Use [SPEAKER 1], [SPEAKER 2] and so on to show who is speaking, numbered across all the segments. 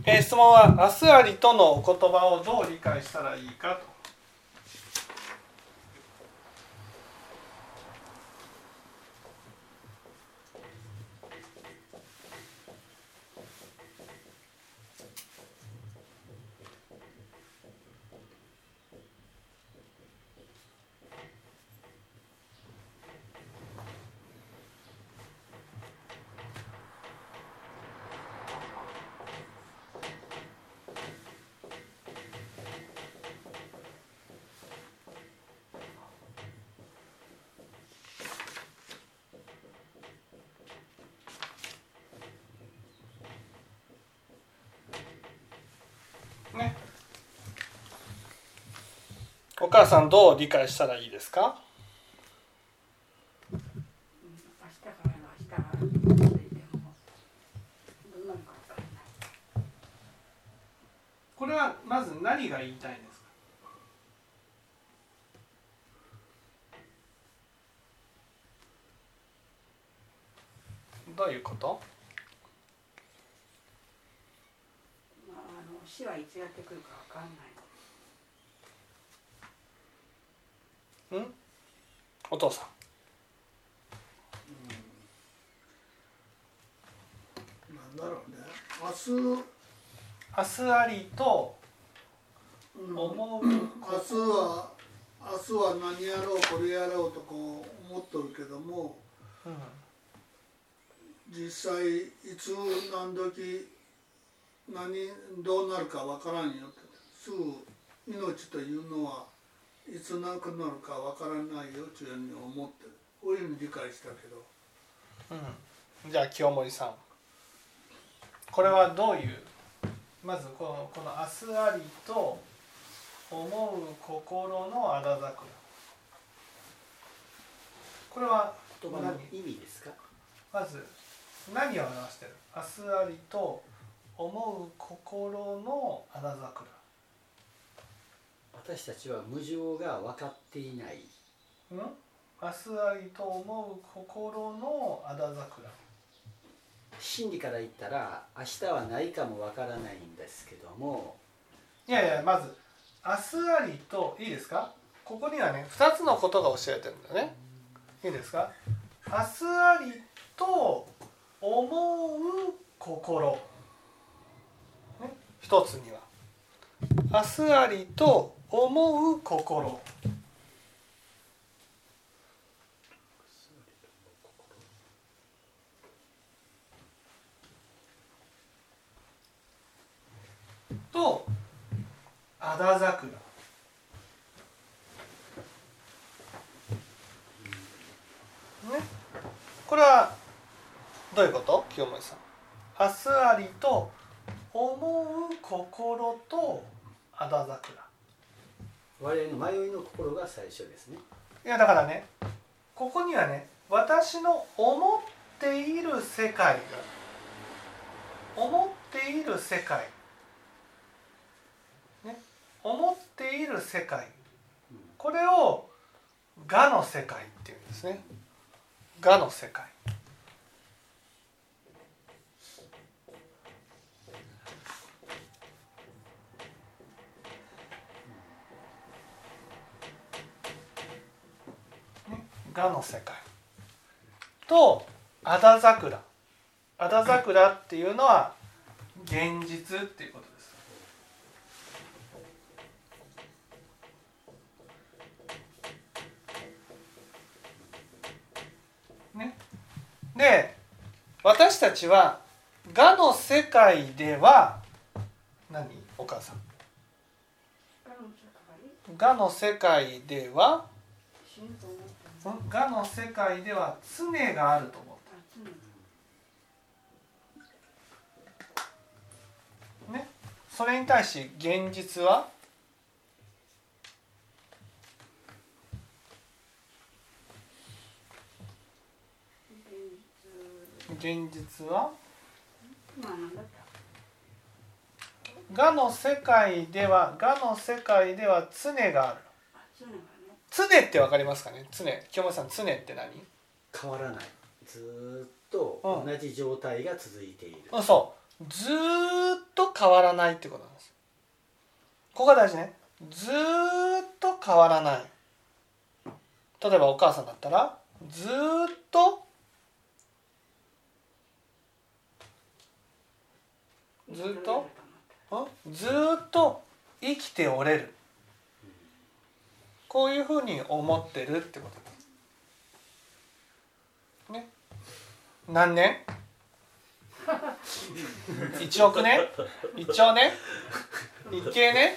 [SPEAKER 1] 質問は明日ありとのお言葉をどう理解したらいいかと。ね、お母さんどう理解したらいいですか？
[SPEAKER 2] 明日からの明日がどんなのか分からない。
[SPEAKER 1] これはまず何が言いたいんですか？どういうこと？
[SPEAKER 2] 死はいつやってくるか分かんない。
[SPEAKER 1] お父さん。
[SPEAKER 3] なんだろうね。明
[SPEAKER 1] 日ありと
[SPEAKER 3] 日、
[SPEAKER 1] 思う、
[SPEAKER 3] 明日は何やろうこれやろうとこう思っとるけども、実際いつ何時どうなるかわからんよって、すぐ命というのはいつなくなるかわからないよというふうに思ってる。こういうふうに理解したけど。
[SPEAKER 1] じゃあ清盛さん、これはどういう、まずこの明日ありと思う心のあだ桜、これは
[SPEAKER 4] 言葉の意味ですか？
[SPEAKER 1] まず何を表している？明日ありと思う心のあだ桜。
[SPEAKER 4] 私たちは無常が分かっていない。
[SPEAKER 1] 明日ありと思う心のあだ桜。
[SPEAKER 4] 真理から言ったら明日はないかも分からないんですけども、
[SPEAKER 1] いやいや、まず明日ありと、いいですか？ここにはね2つのことが教えてるんだよね。いいですか？明日ありと思う心、ね、一つには明日ありと思う心、とあだ桜、ね、これはどういうこと？清盛さん、明日ありと思う心とあだ桜。
[SPEAKER 4] 我々の迷いの心が最初ですね。
[SPEAKER 1] いやだからね、ここにはね、私の思っている世界が、思っている世界、ね、思っている世界、これを我の世界っていうんですね。我の世界。我の世界とあだ桜。あだ桜っていうのは現実っていうことです。ね、で私たちは我の世界では何？お母さん。我の世界では我の世界では常があると思う。ね、それに対し現実は我の世界では常がある。常ってわかりますかね？常、清盛さん、常って何？
[SPEAKER 4] 変わらない。ずっと同じ状態が続いている。
[SPEAKER 1] そずーっと変わらないってことなんです。ここが大事ね。ずーっと変わらない。例えばお母さんだったらずーっとずーっと生きておれる。こういうふうに思ってるってことね。何年1億年1兆年1京年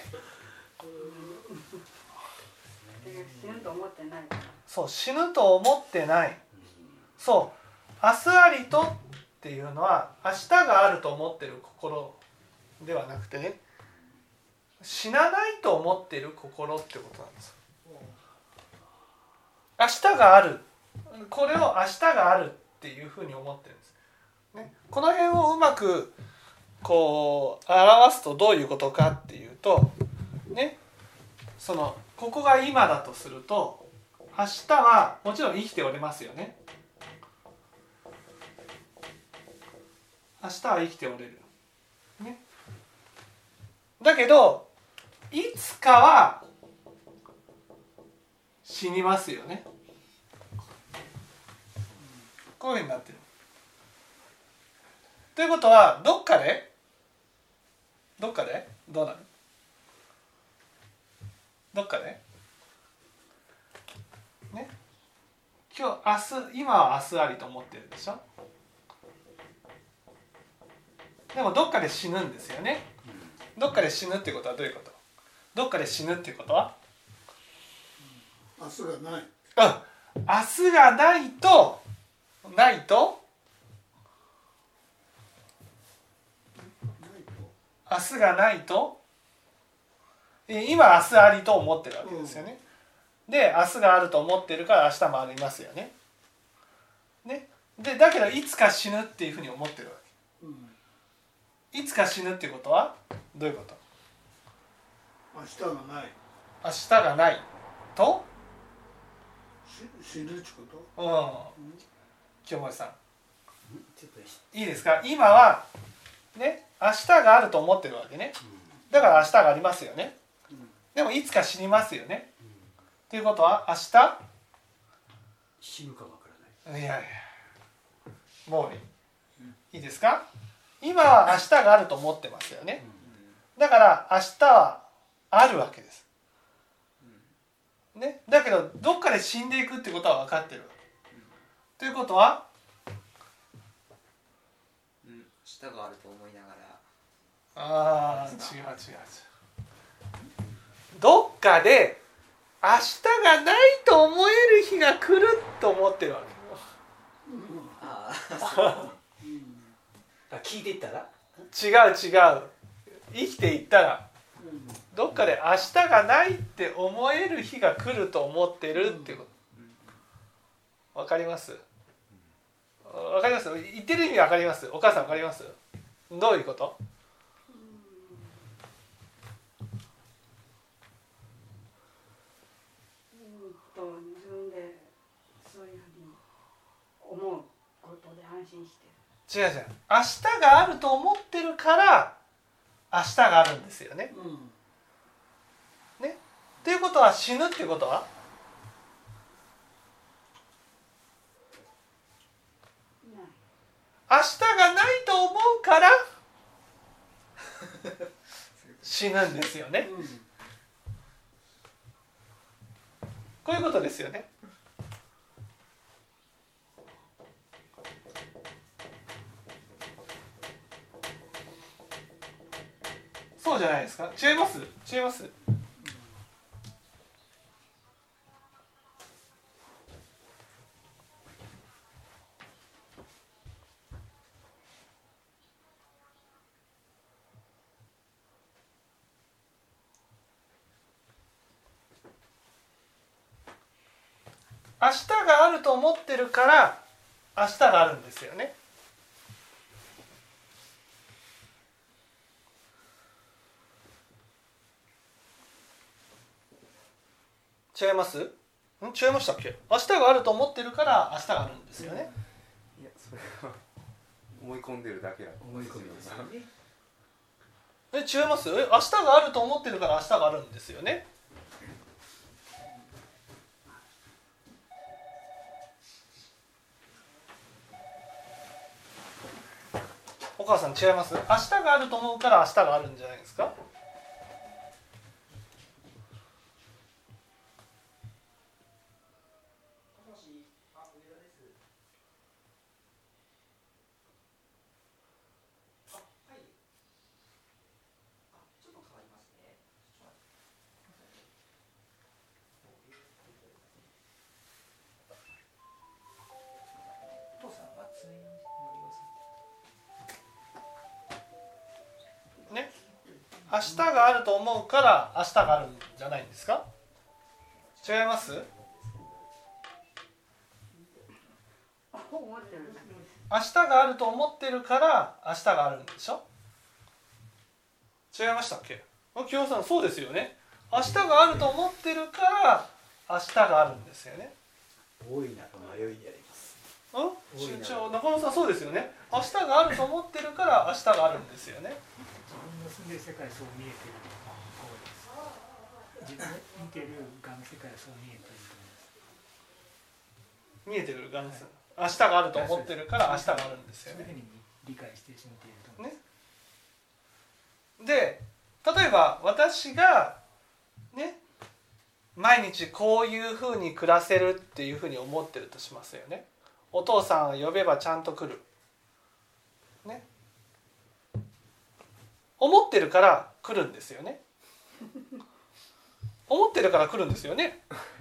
[SPEAKER 2] 死ぬと思ってないから。
[SPEAKER 1] そう、死ぬと思ってない。そう、明日ありとっていうのは明日があると思ってる心ではなくてね、死なないと思ってる心ってことなんです。明日がある、これを明日があるっていうふうに思ってるんです、ね、この辺をうまくこう表すとどういうことかっていうとね、ここが今だとすると明日はもちろん生きておりますよね。明日は生きておれる、ね、だけどいつかは死にますよね。こういうふうになってる。ということはどっかでどうなる？どっかでね、今は明日ありと思ってるでしょ。でもどっかで死ぬんですよね。どっかで死ぬってことはどういうこと？どっかで死ぬってことは
[SPEAKER 3] 明日がない。
[SPEAKER 1] 明日がないと明日がないと今明日ありと思ってるわけですよね。で明日があると思ってるから明日もありますよね。でだけどいつか死ぬっていうふうに思ってるわけ。いつか死ぬっていうことはどういうこと？
[SPEAKER 3] 明日がない。
[SPEAKER 1] 明日がないと
[SPEAKER 3] 死ぬってこと？
[SPEAKER 1] 清盛さんいいですか？今はね明日があると思ってるわけね。だから明日がありますよね。でもいつか死にますよね。ということは明日
[SPEAKER 4] 死ぬかわからない。
[SPEAKER 1] いやもういいですか？今は明日があると思ってますよね。だから明日はあるわけです、ね、だけどどっかで死んでいくってことは分かってるわけ、ということは
[SPEAKER 5] 明日があると思いながら
[SPEAKER 1] 違うどっかで明日がないと思える日が来ると思ってるわ
[SPEAKER 4] あ、聞いていったら
[SPEAKER 1] け。違う生きていったらどっかで明日がないって思える日が来ると思ってるっていうこと。わかります？わかります？言ってる意味わかります？お母さんわかります？どういうこと？
[SPEAKER 2] 自分でそういうふうに思うことで安心してる。
[SPEAKER 1] 違う明日があると思ってるから明日があるんですよね。ね、っていうことは死ぬっていうことは明日がないと思うから死ぬんですよね。こういうことですよね。そうじゃないですか？違います？明日があると思ってるから明日があるんですよね。違います？違いましたっけ？明日があると思ってるから明日があるんですよね。
[SPEAKER 5] いやそれは
[SPEAKER 6] 思い込んでるだけだと
[SPEAKER 4] 思い込みですよね。
[SPEAKER 1] 違います？明日があると思ってるから明日があるんですよね。お母さん違います？明日があると思うから明日があるんじゃないですか？ね、明日があると思うから明日があるんじゃないんですか？違います？
[SPEAKER 2] 思ってるだけです。
[SPEAKER 1] 明日があると思ってるから明日があるんでしょ？違いましたっけ？清さんそうですよね。明日があると思ってるから明日があるんですよね。
[SPEAKER 4] 大いなる迷いであります。
[SPEAKER 1] 中野さんそうですよね。明日があると思ってるから明日があるんですよね。
[SPEAKER 7] 自分の住んでる世界そう見えてる方です。自分の見てる側の世界はそう見えてると思います。
[SPEAKER 1] 見えてるガンス、明日があると思ってるから明日があるんですよね。
[SPEAKER 7] そういうふうに理解してしまっていると思います。
[SPEAKER 1] ね、で例えば私がね毎日こういうふうに暮らせるっていうふうに思ってるとしますよね。お父さんは呼べばちゃんと来る、ね、思ってるから来るんですよね。思ってるから来るんですよね。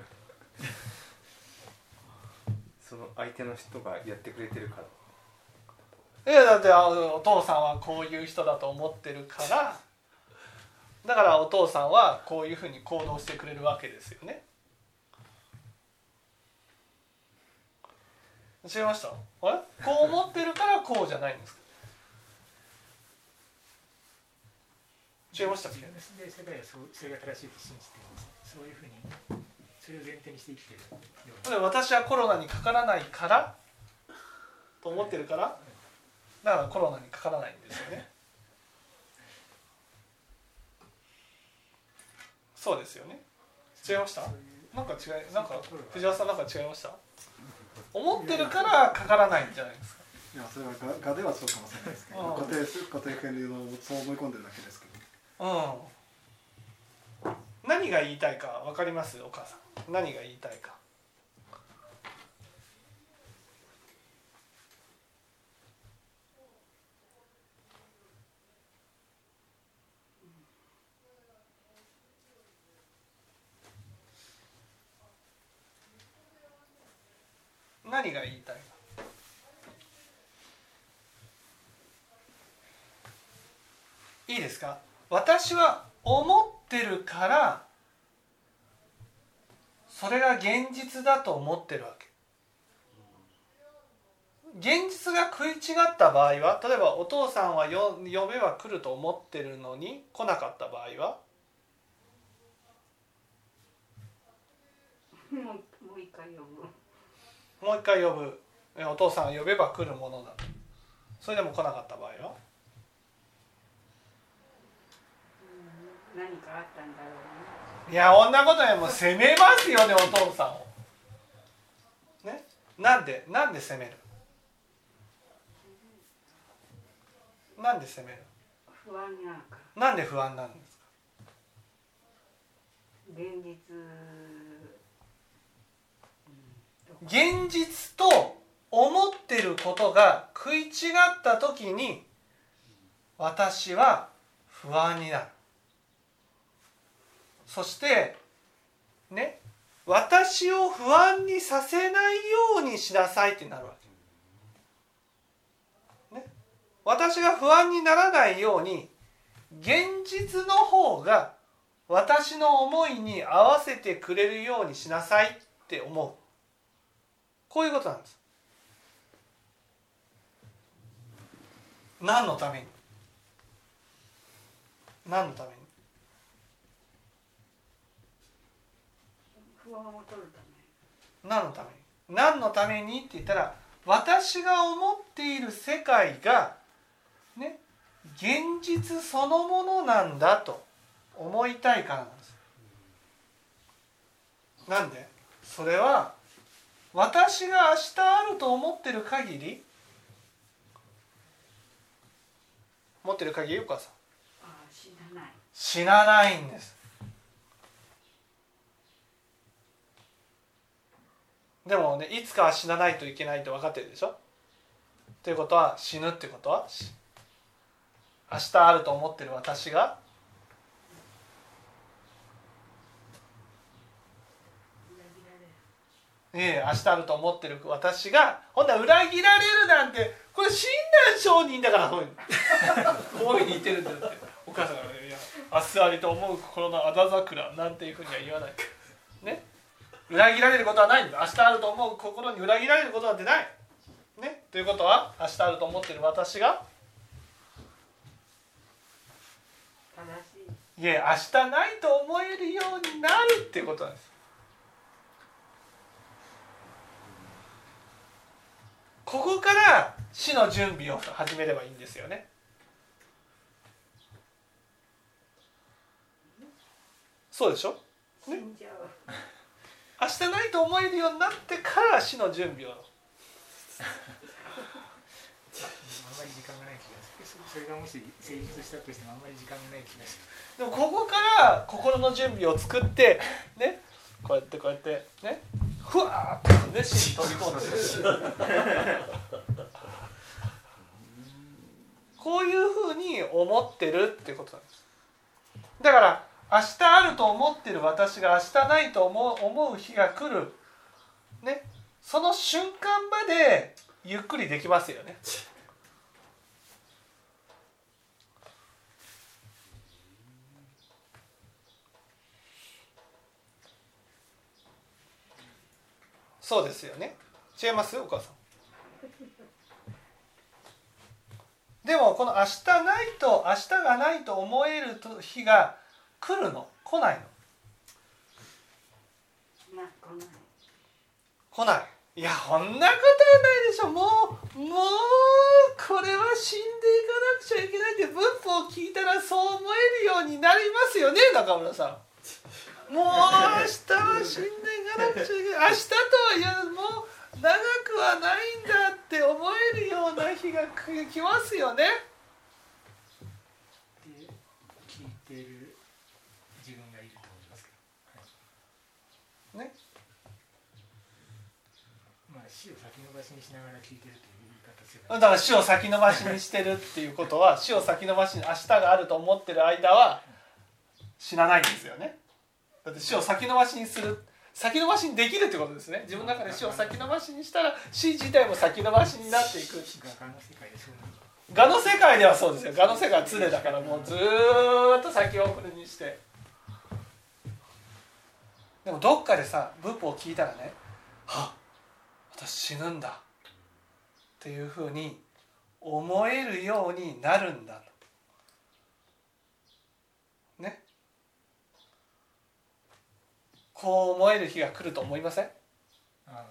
[SPEAKER 6] その相手の人がやってくれてるから。
[SPEAKER 1] だってお父さんはこういう人だと思ってるから、だからお父さんはこういうふうに行動してくれるわけですよね。違いました？あれ？こう思ってるからこうじゃないんですか？違いましたっけ？
[SPEAKER 7] 自分の住んでる世界はそれが正しいと信じています。そういうふうにそれを前提にして生きているような。
[SPEAKER 1] 私はコロナにかからないからと思ってるから、だからコロナにかからないんですよね。そうですよね。違いました？なんか藤原さんなんか違いました？思ってるからかからないんじゃないですか。
[SPEAKER 8] いやそれは画ではそうかもしれないですけど、固定権利のそう思い込んでるだけですけど。
[SPEAKER 1] 何が言いたいか分かります？お母さん何が言いたいか。何が言いたいか。いいですか？私は思ってるからそれが現実だと思ってるわけ。現実が食い違った場合は、例えばお父さんは呼べば来ると思ってるのに来なかった場合は、
[SPEAKER 2] もう一回呼ぶ。
[SPEAKER 1] もう一回呼ぶ。お父さんが呼べば来るものだ。それでも来なかった場合は、
[SPEAKER 2] 何かあったんだろうね。
[SPEAKER 1] いやこんなことでもう責めますよね、お父さんをね。なんで責める？なんで責める？
[SPEAKER 2] 不安になるから。
[SPEAKER 1] なんで不安なんですか？現実と思ってることが食い違った時に私は不安になる。そしてね、私を不安にさせないようにしなさいってなるわけ、ね、私が不安にならないように現実の方が私の思いに合わせてくれるようにしなさいって思う。こういうことなんです。何のために？何のために？
[SPEAKER 2] 不安を取るため。
[SPEAKER 1] 何のために？何のためにって言ったら、 私が思っている世界がね、現実そのものなんだと思いたいからなんです。なんで？それは私が明日あると思ってる限り、持ってる限り、お母さん死なないんです。でもね、いつかは死なないといけないと分かってるでしょ。ということは、死ぬってことは、明日あると思ってる私が明日あると思ってる私がほんなら裏切られるなんて、これ親鸞上人だから、こういうふうに言ってるんだって。お母さんがね、いや明日ありと思う心のあだ桜なんていうふうには言わないね。裏切られることはないんだ。明日あると思う心に裏切られることなんてないね。ということは、明日あると思ってる私がいや明日ないと思えるようになるっていうことなんです。ここから死の準備を始めればいいんですよね。そうでしょ、ね、明日ないと思えるようになってから死の準備を。
[SPEAKER 7] あんまり時間がない気がする。それがもし成立したとしてもあんまり時間がない気がする。
[SPEAKER 1] でもここから心の準備を作ってね、こうやってね、ふわーっとね、死に飛び込んでこういうふうに思ってるってことなんです。だから明日あると思ってる私が明日ないと思う日が来る、ね、その瞬間までゆっくりできますよね。そうですよね。違いますお母さん。でもこの明日がないと思える日が来るの？来ないの？来ない。いや、こんなことはないでしょ。もうこれは死んでいかなくちゃいけないって文法を聞いたらそう思えるようになりますよね、中村さん。もう明日は死んでいかなくちゃいけない。明日とはいやもう長くはないんだって思えるような日が来ますよね。
[SPEAKER 7] で、聞いている自分がいると思いますけど、はい、ね。まあ死を先延ばしにしながら聞いてるという言い方すれば、
[SPEAKER 1] だから死を先延ばしにしてるっていうことは死を先延ばしに、明日があると思ってる間は死なないんですよね。だって死を先延ばしにする、先延ばしにできるってことですね。自分の中で死を先延ばしにしたら死自体も先延ばしになっていく。我の世界ではそうですよ。我の世界は常だからもうずっと先送りにして。でもどっかでさ、仏法を聞いたらね、はっ、私死ぬんだっていうふうに思えるようになるんだとね。こう思える日が来ると思いません？
[SPEAKER 7] はい、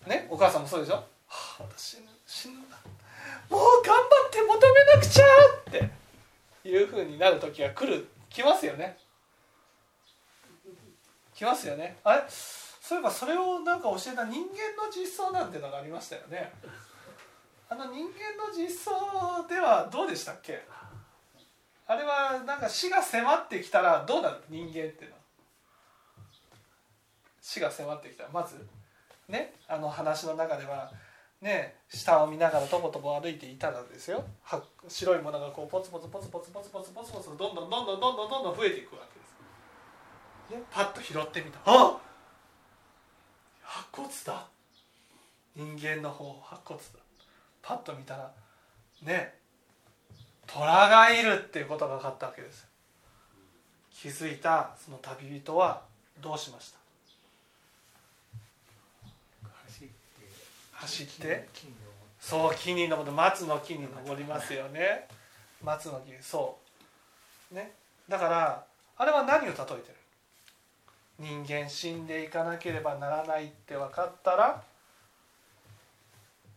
[SPEAKER 1] ね、お母さんもそうでしょ。はあ、私死ぬんだ、もう頑張って求めなくちゃっていう風になる時が来ますよね。来ますよね。あれ、そういえばそれをなんか教えた人間の実相なんてのがありましたよね。あの人間の実相ではどうでしたっけ？あれはなんか死が迫ってきたらどうなる？人間っていうのは死が迫ってきたらまずね、あの話の中ではね、下を見ながらとぼとぼ歩いていたらですよ、白いものがこうポツポツポツポツポツポツポツポツどんどん増えていくわけです、ね、パッと拾ってみた、あっ、白骨だ、人間の方白骨だ、パッと見たらね、虎がいるっていうことが分かったわけです。気づいたその旅人はどうしました？走ってそう、木に登る、松の木に登りますよね。松の木、そうね。だからあれは何を例えてる？人間死んでいかなければならないって分かったら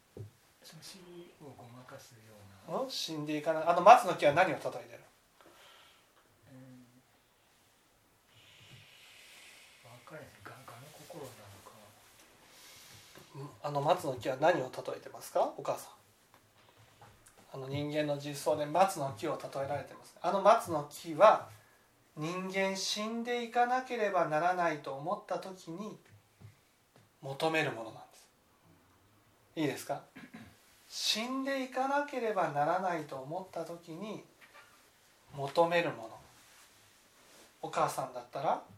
[SPEAKER 7] その死をごまかすような、
[SPEAKER 1] 死んでいかない。松の木は何を例えてる？
[SPEAKER 7] 分からない。我の心なのか。
[SPEAKER 1] 松の木は何を例えてますか、お母さん。人間の実相で松の木を例えられてます。松の木は人間死んでいかなければならないと思った時に求めるものなんです。いいですか？死んでいかなければならないと思った時に求めるもの。お母さんだったら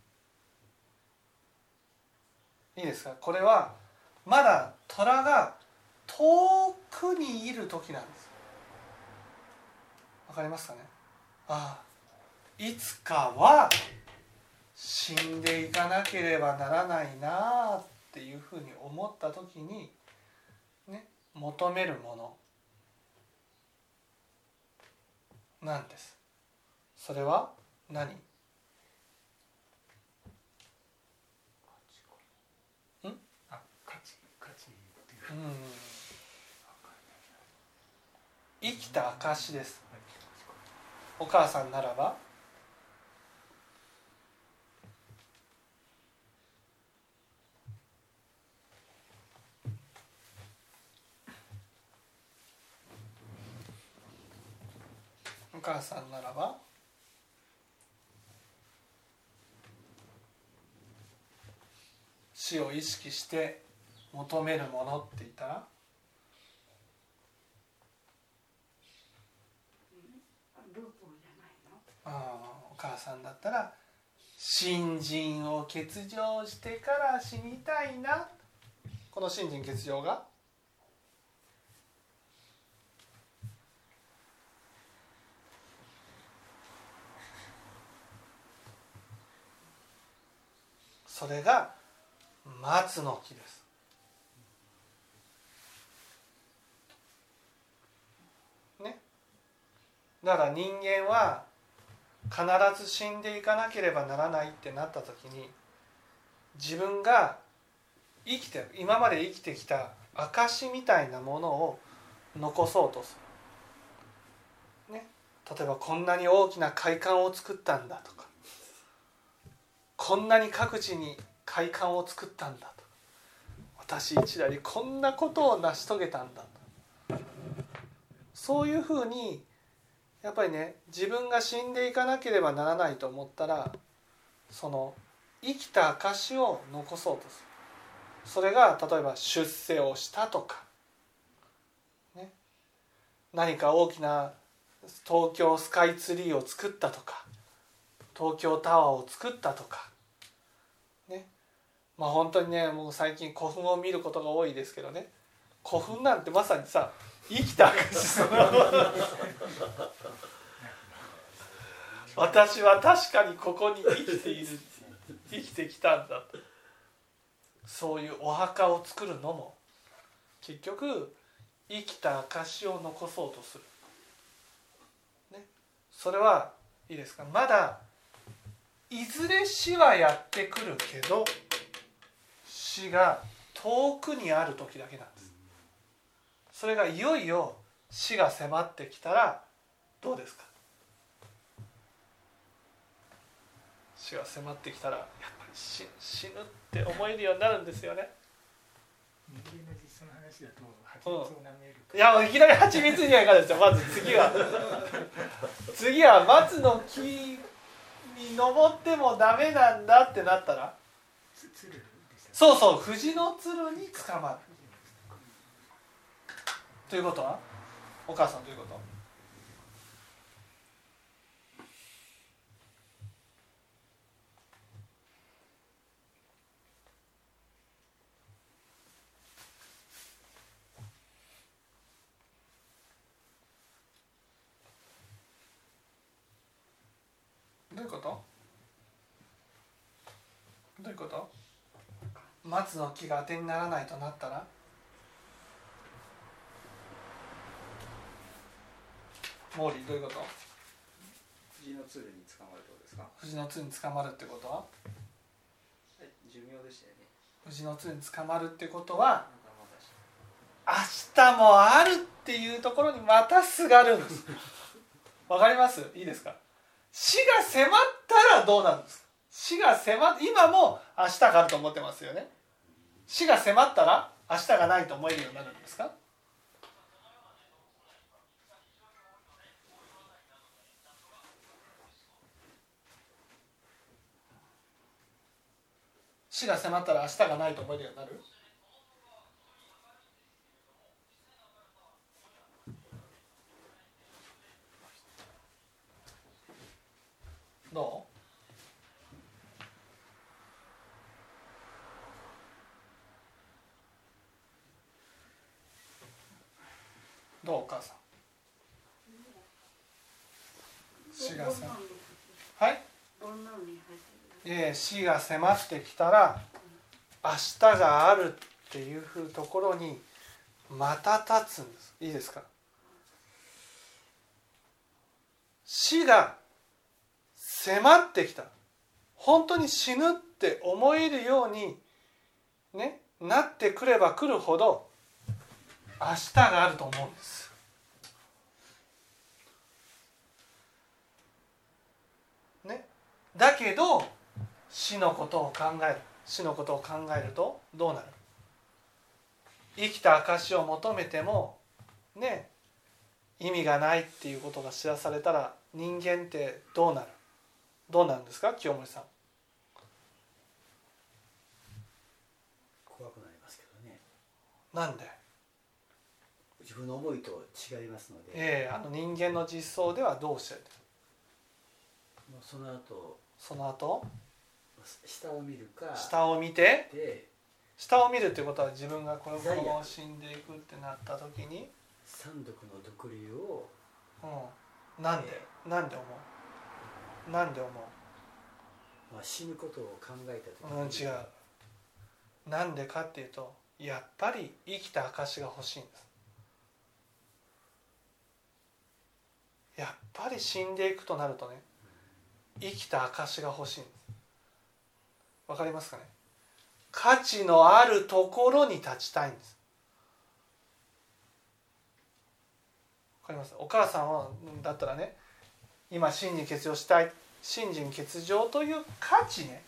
[SPEAKER 1] いいですか？これはまだ虎が遠くにいる時なんです。わかりますかね？いつかは死んでいかなければならないなっていうふうに思った時にね、求めるものなんです。それは何？
[SPEAKER 7] 価値っていう、
[SPEAKER 1] 生きた証です。お母さんならば死を意識して求めるものって言ったらお母さんだったら信心を欠如してから死にたいな。この信心欠如がそれが松の木です。ね。だから人間は必ず死んでいかなければならないってなった時に自分が生きてる今まで生きてきた証みたいなものを残そうとする、ね、例えばこんなに大きな会館を作ったんだとかこんなに各地に会館を作ったんだとか私一代にこんなことを成し遂げたんだとそういうふうにやっぱりね自分が死んでいかなければならないと思ったらその生きた証を残そうとする。それが例えば出世をしたとか、ね、何か大きな東京スカイツリーを作ったとか東京タワーを作ったとか、ね、本当にねもう最近古墳を見ることが多いですけどね古墳なんてまさにさ生きた証その私は確かにここに生きている生きてきたんだとそういうお墓を作るのも結局生きた証を残そうとする、ね、それはいいですかまだいずれ死はやってくるけど死が遠くにある時だけなんです。それがいよいよ死が迫ってきたらどうですか。死が迫ってきたらやっぱり死ぬって思えるようになるんですよね。
[SPEAKER 7] 人間の実の話だと蜂蜜を舐めるか、
[SPEAKER 1] いやいきなり蜂蜜にはいかないですよ。まず次は松の木に登ってもダメなんだってなったらそう藤のつるに捕まるということはお母さんどういうこと？どういうこと？松の木が当てにならないとなったらモーリーどういうこと？
[SPEAKER 5] 藤のつるに捕まるってことですか？
[SPEAKER 1] 藤のつるに捕まるってことは
[SPEAKER 5] 寿命でしたよね。
[SPEAKER 1] 藤のつるに捕まるってことは日もあるっていうところにまたすがるんです。わかります？いいですか？死が迫ったらどうなるんですか？今も明日があると思ってますよね。死が迫ったら明日がないと思えるようになるんですか？死が迫ったら明日がないと思えるようになる？どう？どうお母さん？死が迫ってはい？死が迫ってきたら明日があるっていうふうところにまた立つんです。いいですか？死が迫ってきた、本当に死ぬって思えるように、ね、なってくればくるほど明日があると思うんです。ね、だけど死のことを考えるとどうなる？生きた証を求めてもね、意味がないっていうことが知らされたら人間ってどうなるんですか？清盛さん。
[SPEAKER 4] 怖くなりますけどね。
[SPEAKER 1] なんで？
[SPEAKER 4] 自分の思いと違いますので。
[SPEAKER 1] 人間の実相ではどうおっしゃってる？
[SPEAKER 4] その後下を見るか、
[SPEAKER 1] 下を見て、下を見るっていうことは自分がこのまま死んでいくってなった時に
[SPEAKER 4] 三毒の毒瘤を、
[SPEAKER 1] なんで思う？
[SPEAKER 4] 死ぬことを考えた時に、
[SPEAKER 1] 違う。なんでかっていうと、やっぱり生きた証が欲しいんです。やっぱり死んでいくとなるとね、生きた証が欲しいんです。わかりますかね？価値のあるところに立ちたいんです。わかります？お母さんはだったらね、今信心欠如したい、信心欠如という価値ね、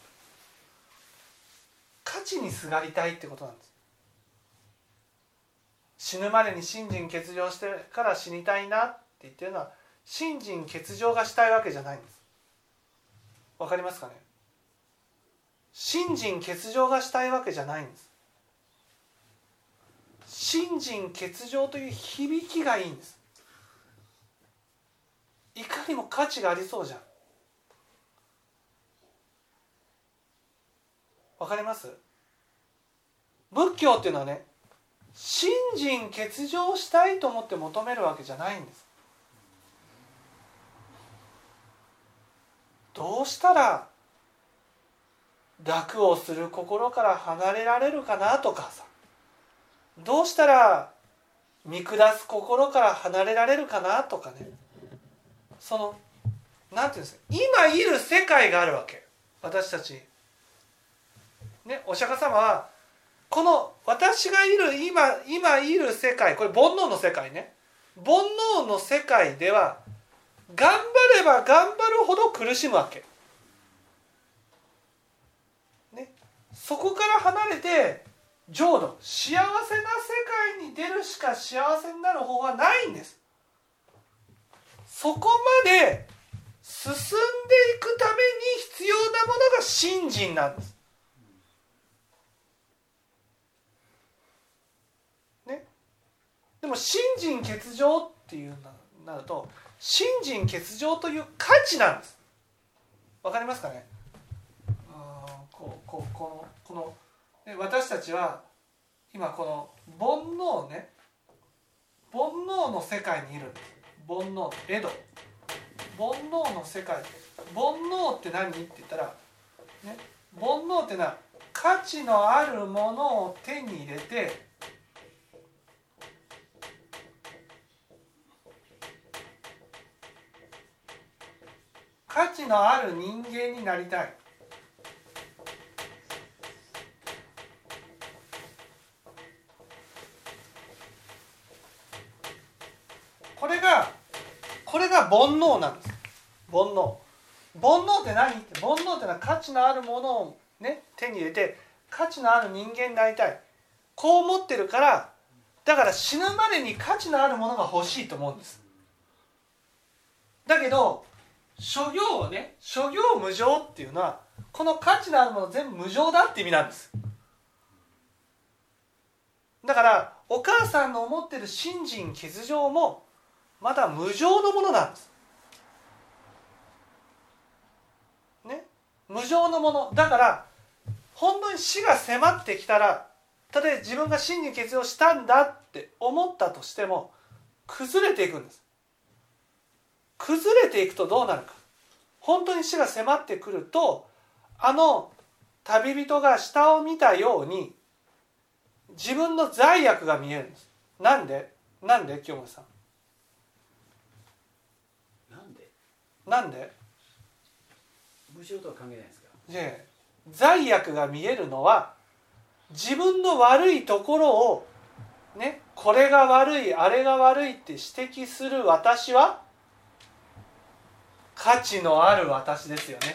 [SPEAKER 1] 価値にすがりたいってことなんです。死ぬまでに信心欠如してから死にたいなって言ってるのは、信心欠如がしたいわけじゃないんです。わかりますかね？信心欠如がしたいわけじゃないんです。信心欠如という響きがいいんです。いかにも価値がありそうじゃん。わかります？仏教っていうのはね、信心欠如したいと思って求めるわけじゃないんです。どうしたら楽をする心から離れられるかなとかさ、どうしたら見下す心から離れられるかなとかね、そのなんていうんですか、今いる世界があるわけ。私たちね、お釈迦様はこの私がいる今いる世界、これ煩悩の世界ね、煩悩の世界では頑張れば頑張るほど苦しむわけ、ね、そこから離れて浄土、幸せな世界に出るしか幸せになる方法はないんです。そこまで進んでいくために必要なものが信心なんです、ね、でも信心欠如っていうなると、信心欠如という価値なんです。わかりますかね？この私たちは今この煩悩ね、煩悩の世界にいるんです。煩悩、エド、煩悩の世界。煩悩って何って言ったら、ね、煩悩ってのは価値のあるものを手に入れて、価値のある人間になりたい。 これが煩悩なんです。煩悩って何？煩悩ってのは価値のあるものをね手に入れて価値のある人間になりたい、こう思ってるから、だから死ぬまでに価値のあるものが欲しいと思うんです。だけど諸行無常っていうのはこの価値のあるもの全部無常だって意味なんです。だからお母さんの思ってる信心欠如もまだ無常のものなんです、ね、無常のものだから、本当に死が迫ってきたら、たとえ自分が信心欠如したんだって思ったとしても崩れていくんです。崩れていくとどうなるか、本当に死が迫ってくると、あの旅人が下を見たように自分の罪悪が見えるんです。なんで清盛さん、なんで
[SPEAKER 4] 無常とは関係ないですか？
[SPEAKER 1] 罪悪が見えるのは、自分の悪いところをね、これが悪いあれが悪いって指摘する私は価値のある私ですよね。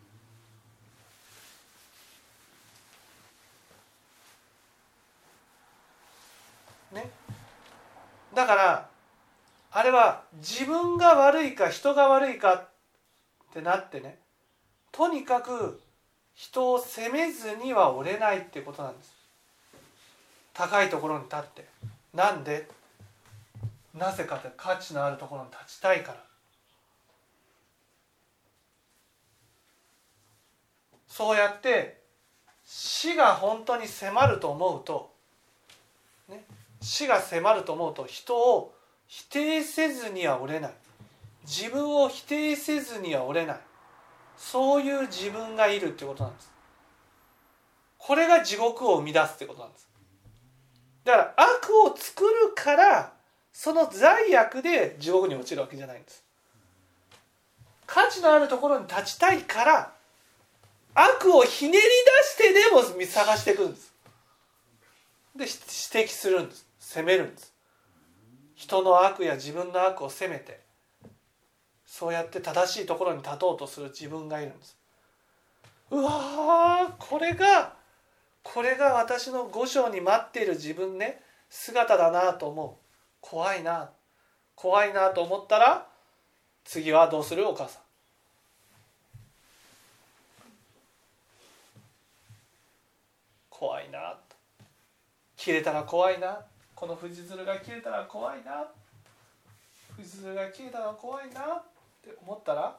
[SPEAKER 1] だからあれは自分が悪いか人が悪いかってなってね、とにかく人を責めずにはおれないってことなんです。高いところに立って、なんで、なぜかって価値のあるところに立ちたいから。そうやって死が本当に迫ると思うと、ね、死が迫ると思うと人を否定せずにはおれない、自分を否定せずにはおれない、そういう自分がいるってことなんです。これが地獄を生み出すってことなんです。だから悪を作るからその罪悪で地獄に落ちるわけじゃないんです。価値のあるところに立ちたいから悪をひねり出してでも探していくんです。で指摘するんです、責めるんです。人の悪や自分の悪を責めて、そうやって正しいところに立とうとする自分がいるんです。うわー、これが私の五章に待っている自分ね、姿だなと思う。怖いなと思ったら、次はどうする？お母さん、怖いな、切れたら怖いな、この藤鶴が切れたら怖いな、藤鶴が切れたら怖いなって思ったら、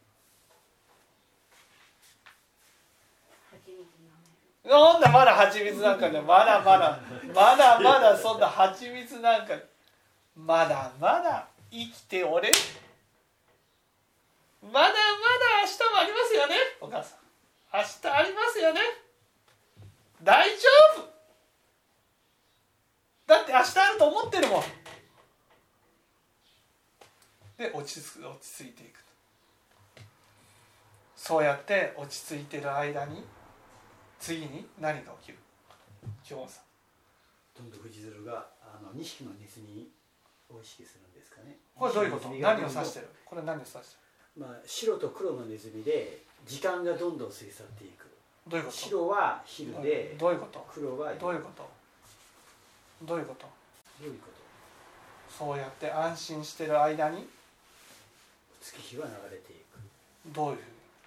[SPEAKER 1] そんなまだ蜂蜜なんかね、まだそんな蜂蜜なんかまだまだ生きておれ、まだまだ明日もありますよね、お母さん、明日ありますよね、大丈夫だって明日あると思ってるもんで、落ち着いていく。そうやって落ち着いている間に次に何が起きる？今日さ
[SPEAKER 4] どんどん藤鶴が2匹のネズミを意識するんですかね。
[SPEAKER 1] これどういうこと？何を指してる？これ何を指してる？
[SPEAKER 4] 白と黒のネズミで時間がどんどん過ぎ去っていく。
[SPEAKER 1] どういうこと？
[SPEAKER 4] 白は昼で、
[SPEAKER 1] どういうこと？
[SPEAKER 4] 黒は
[SPEAKER 1] どういうこと？どういうこと？そうやって安心してる間に
[SPEAKER 4] 月日は流れていく。
[SPEAKER 1] どういうふうに？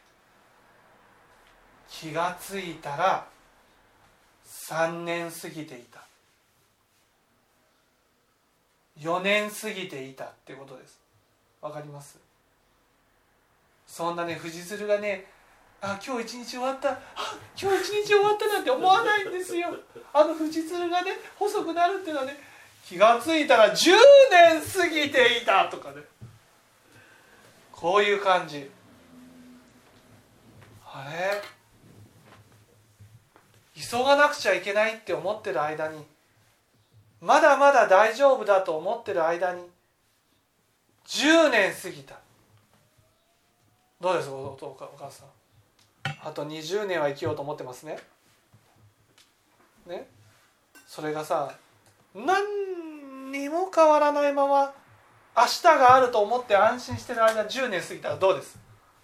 [SPEAKER 1] 気がついたら3年過ぎていた、4年過ぎていたってことです。わかります？そんなね、藤鶴がね、今日一日終わった、今日一日終わったなんて思わないんですよ。藤鶴がね細くなるっていうのはね、気がついたら10年過ぎていたとかね、こういう感じ。あれ、急がなくちゃいけないって思ってる間に、まだまだ大丈夫だと思ってる間に10年過ぎた。どうですか、お母さん、あと20年は生きようと思ってますね。それがさ、何にも変わらないまま明日があると思って安心してる間10年過ぎたらどうです？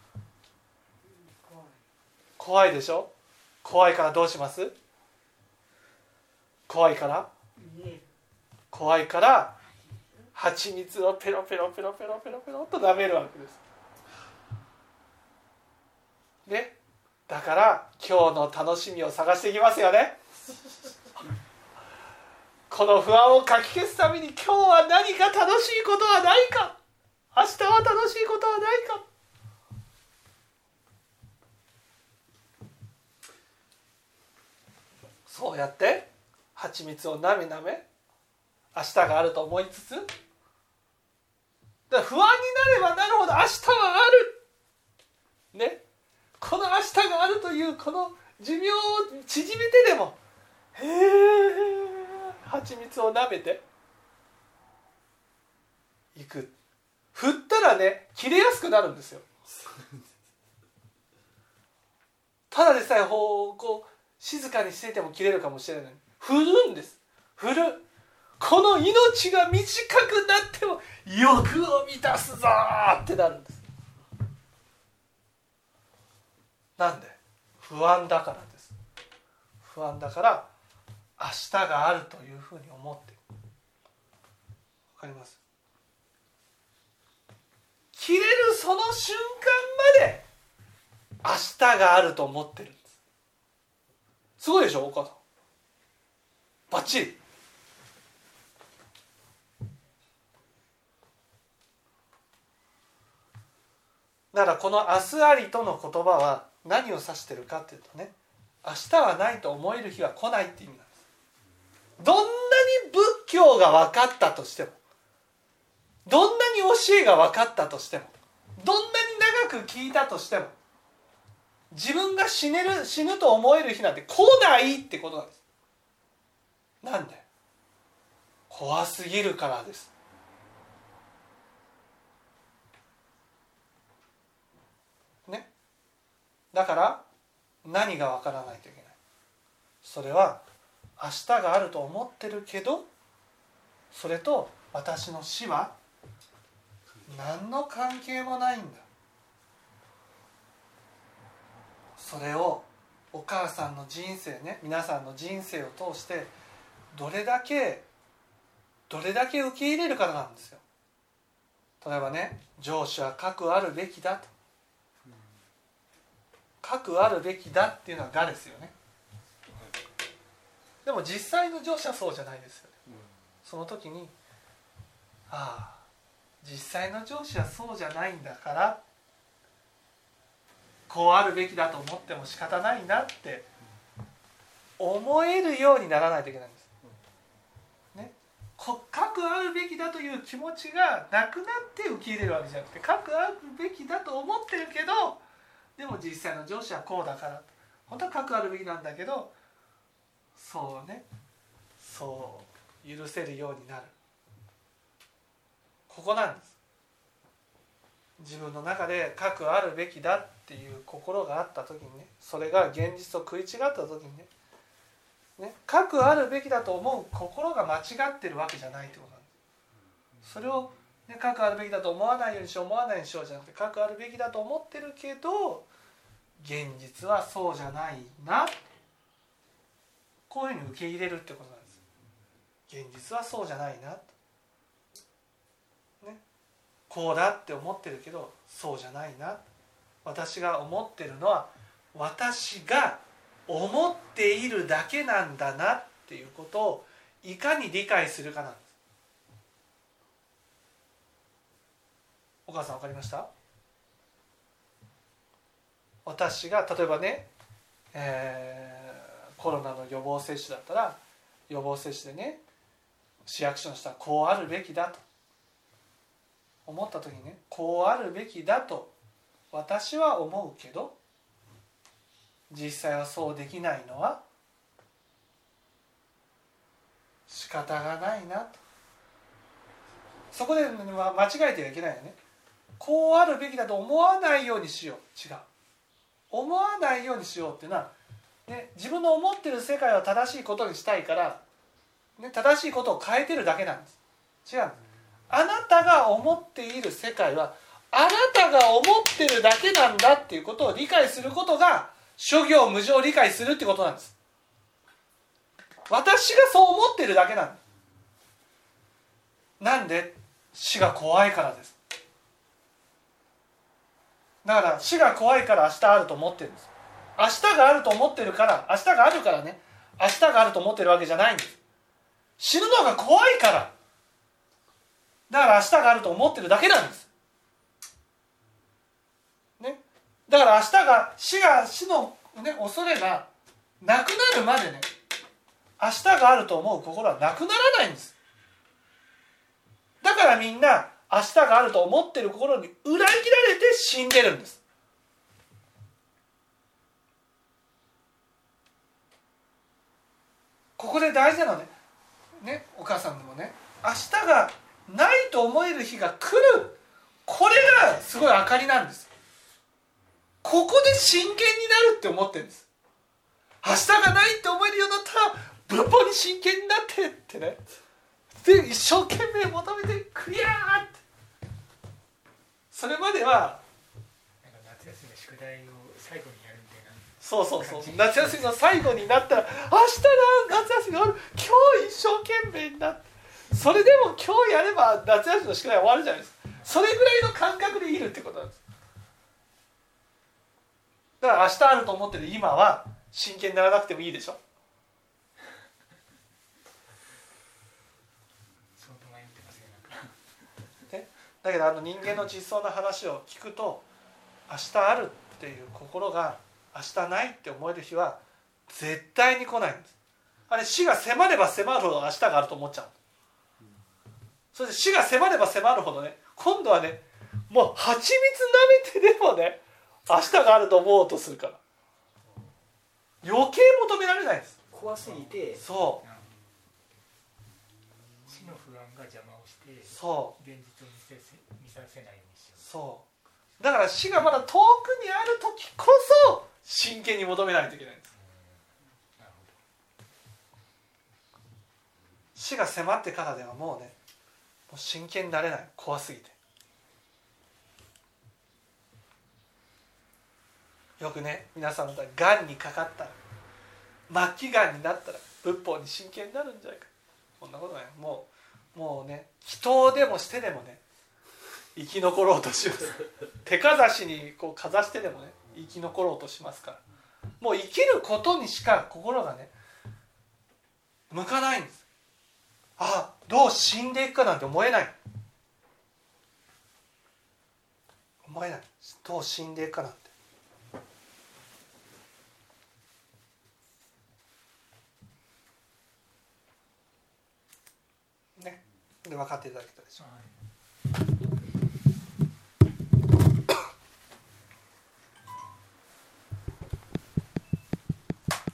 [SPEAKER 1] 怖いでしょ。怖いからどうします？怖いから蜂蜜をペロペロペロペロペロペロと舐めるわけです。ね、だから今日の楽しみを探していきますよね。この不安をかき消すために今日は何か楽しいことはないか、明日は楽しいことはないか。そうやって蜂蜜をなめなめ明日があると思いつつ、だから不安になればなるほど明日はあるね、この明日があるというこの寿命を縮めてでも蜂蜜を舐めていく。振ったらね切れやすくなるんですよ。ただでさえこう静かにしていても切れるかもしれない。振るんです。振る。この命が短くなっても欲を満たすぞってなるんです。なんで？不安だからです。不安だから明日があるというふうに思っている。わかります？切れるその瞬間まで明日があると思ってるんです。すごいでしょ、お母さん。バッチリ。だからこの明日ありとの言葉は何を指してるかっていうとね、明日はないと思える日は来ないって意味なんです。どんなに仏教が分かったとしても、どんなに教えが分かったとしても、どんなに長く聞いたとしても、自分が死ぬと思える日なんて来ないってことなんです。なんで？怖すぎるからです。ね。だから何が分からないといけない。それは明日があると思ってるけど、それと私の死は何の関係もないんだ。それをお母さんの人生ね、皆さんの人生を通してどれだけ受け入れるかなんですよ。例えばね、上司は核あるべきだと、核あるべきだっていうのは我ですよね。でも実際の上司はそうじゃないですよね。その時に実際の上司はそうじゃないんだから、こうあるべきだと思っても仕方ないなって思えるようにならないといけないんです、ね、核あるべきだという気持ちがなくなって受け入れるわけじゃなくて、核あるべきだと思ってるけど、でも実際の上司はこうだから、本当は核あるべきなんだけど、そう許せるようになる。ここなんです。自分の中で核あるべきだっていう心があった時にね、それが現実と食い違った時にね、核あるべきだと思う心が間違ってるわけじゃないってことなんです。それを、ね、核あるべきだと思わないようにしようじゃなくて、核あるべきだと思ってるけど現実はそうじゃないな、こういうふうに受け入れるってことなんです。現実はそうじゃないな、ね、こうだって思ってるけどそうじゃないな、私が思ってるのは私が思っているだけなんだなっていうことをいかに理解するかなんです。お母さん分かりました？私が例えばね、コロナの予防接種だったら、予防接種でね、市役所の人はこうあるべきだと思った時にね、こうあるべきだと私は思うけど実際はそうできないのは仕方がないなと。そこで間違えてはいけないよね。こうあるべきだと思わないようにしよう。違う。思わないようにしようっていうのは、ね、自分の思ってる世界を正しいことにしたいから、ね、正しいことを変えてるだけなんです。違うんです。 あなたが思っている世界はあなたが思ってるだけなんだっていうことを理解することが諸行無常を理解するってことなんです。私がそう思ってるだけなんです。なんで？死が怖いからです。だから死が怖いから明日あると思ってるんです。明日があると思ってるから、明日があるからね、明日があると思ってるわけじゃないんです。死ぬのが怖いから、だから明日があると思ってるだけなんです、ね、だから死の、ね、恐れがなくなるまでね、明日があると思う心はなくならないんです。だからみんな明日があると思ってる心に裏切られて死んでるんです。ここで大事なのね、お母さんでもね、明日がないと思える日が来る、これがすごい明かりなんです。ここで真剣になるって思ってるんです。明日がないって思えるようになったら仏法に真剣になってってね、で一生懸命求めてクリアーって。それまでは
[SPEAKER 7] なんか夏休みの宿題を最後にやるみたいな。
[SPEAKER 1] そう夏休みの最後になったら明日だ、夏休み終わる、今日一生懸命になって、それでも今日やれば夏休みの宿題終わるじゃないですか。それぐらいの感覚でいるってことなんです。だから明日あると思ってる今は真剣にならなくてもいいでしょ。だけど人間の実相の話を聞くと、明日あるっていう心が明日ないって思える日は絶対に来ないんです。あれ、死が迫れば迫るほど明日があると思っちゃう。そして死が迫れば迫るほどね、今度はね、もう蜂蜜舐めてでもね明日があると思おうとするから、余計求められないんです。
[SPEAKER 4] 怖すぎて、
[SPEAKER 1] そう、
[SPEAKER 7] 死の不安が邪魔をして、
[SPEAKER 1] そう
[SPEAKER 7] 現実を見させないようにしよう。
[SPEAKER 1] そうだから死がまだ遠くにある時こそ真剣に求めないといけないんです。
[SPEAKER 7] なるほど。
[SPEAKER 1] 死が迫ってからではもうね、もう真剣になれない、怖すぎて。よくね、皆さんががんにかかったら、末期がんになったら仏法に真剣になるんじゃないか。こんなことない。もうね、祈祷でもしてでもね生き残ろうとします。手かざしにこうかざしてでもね生き残ろうとしますから、もう生きることにしか心がね向かないんです。あ、どう死んでいくかなんて思えない、思えない。どう死んでいくかなんてね。で分かっていただけたでしょう。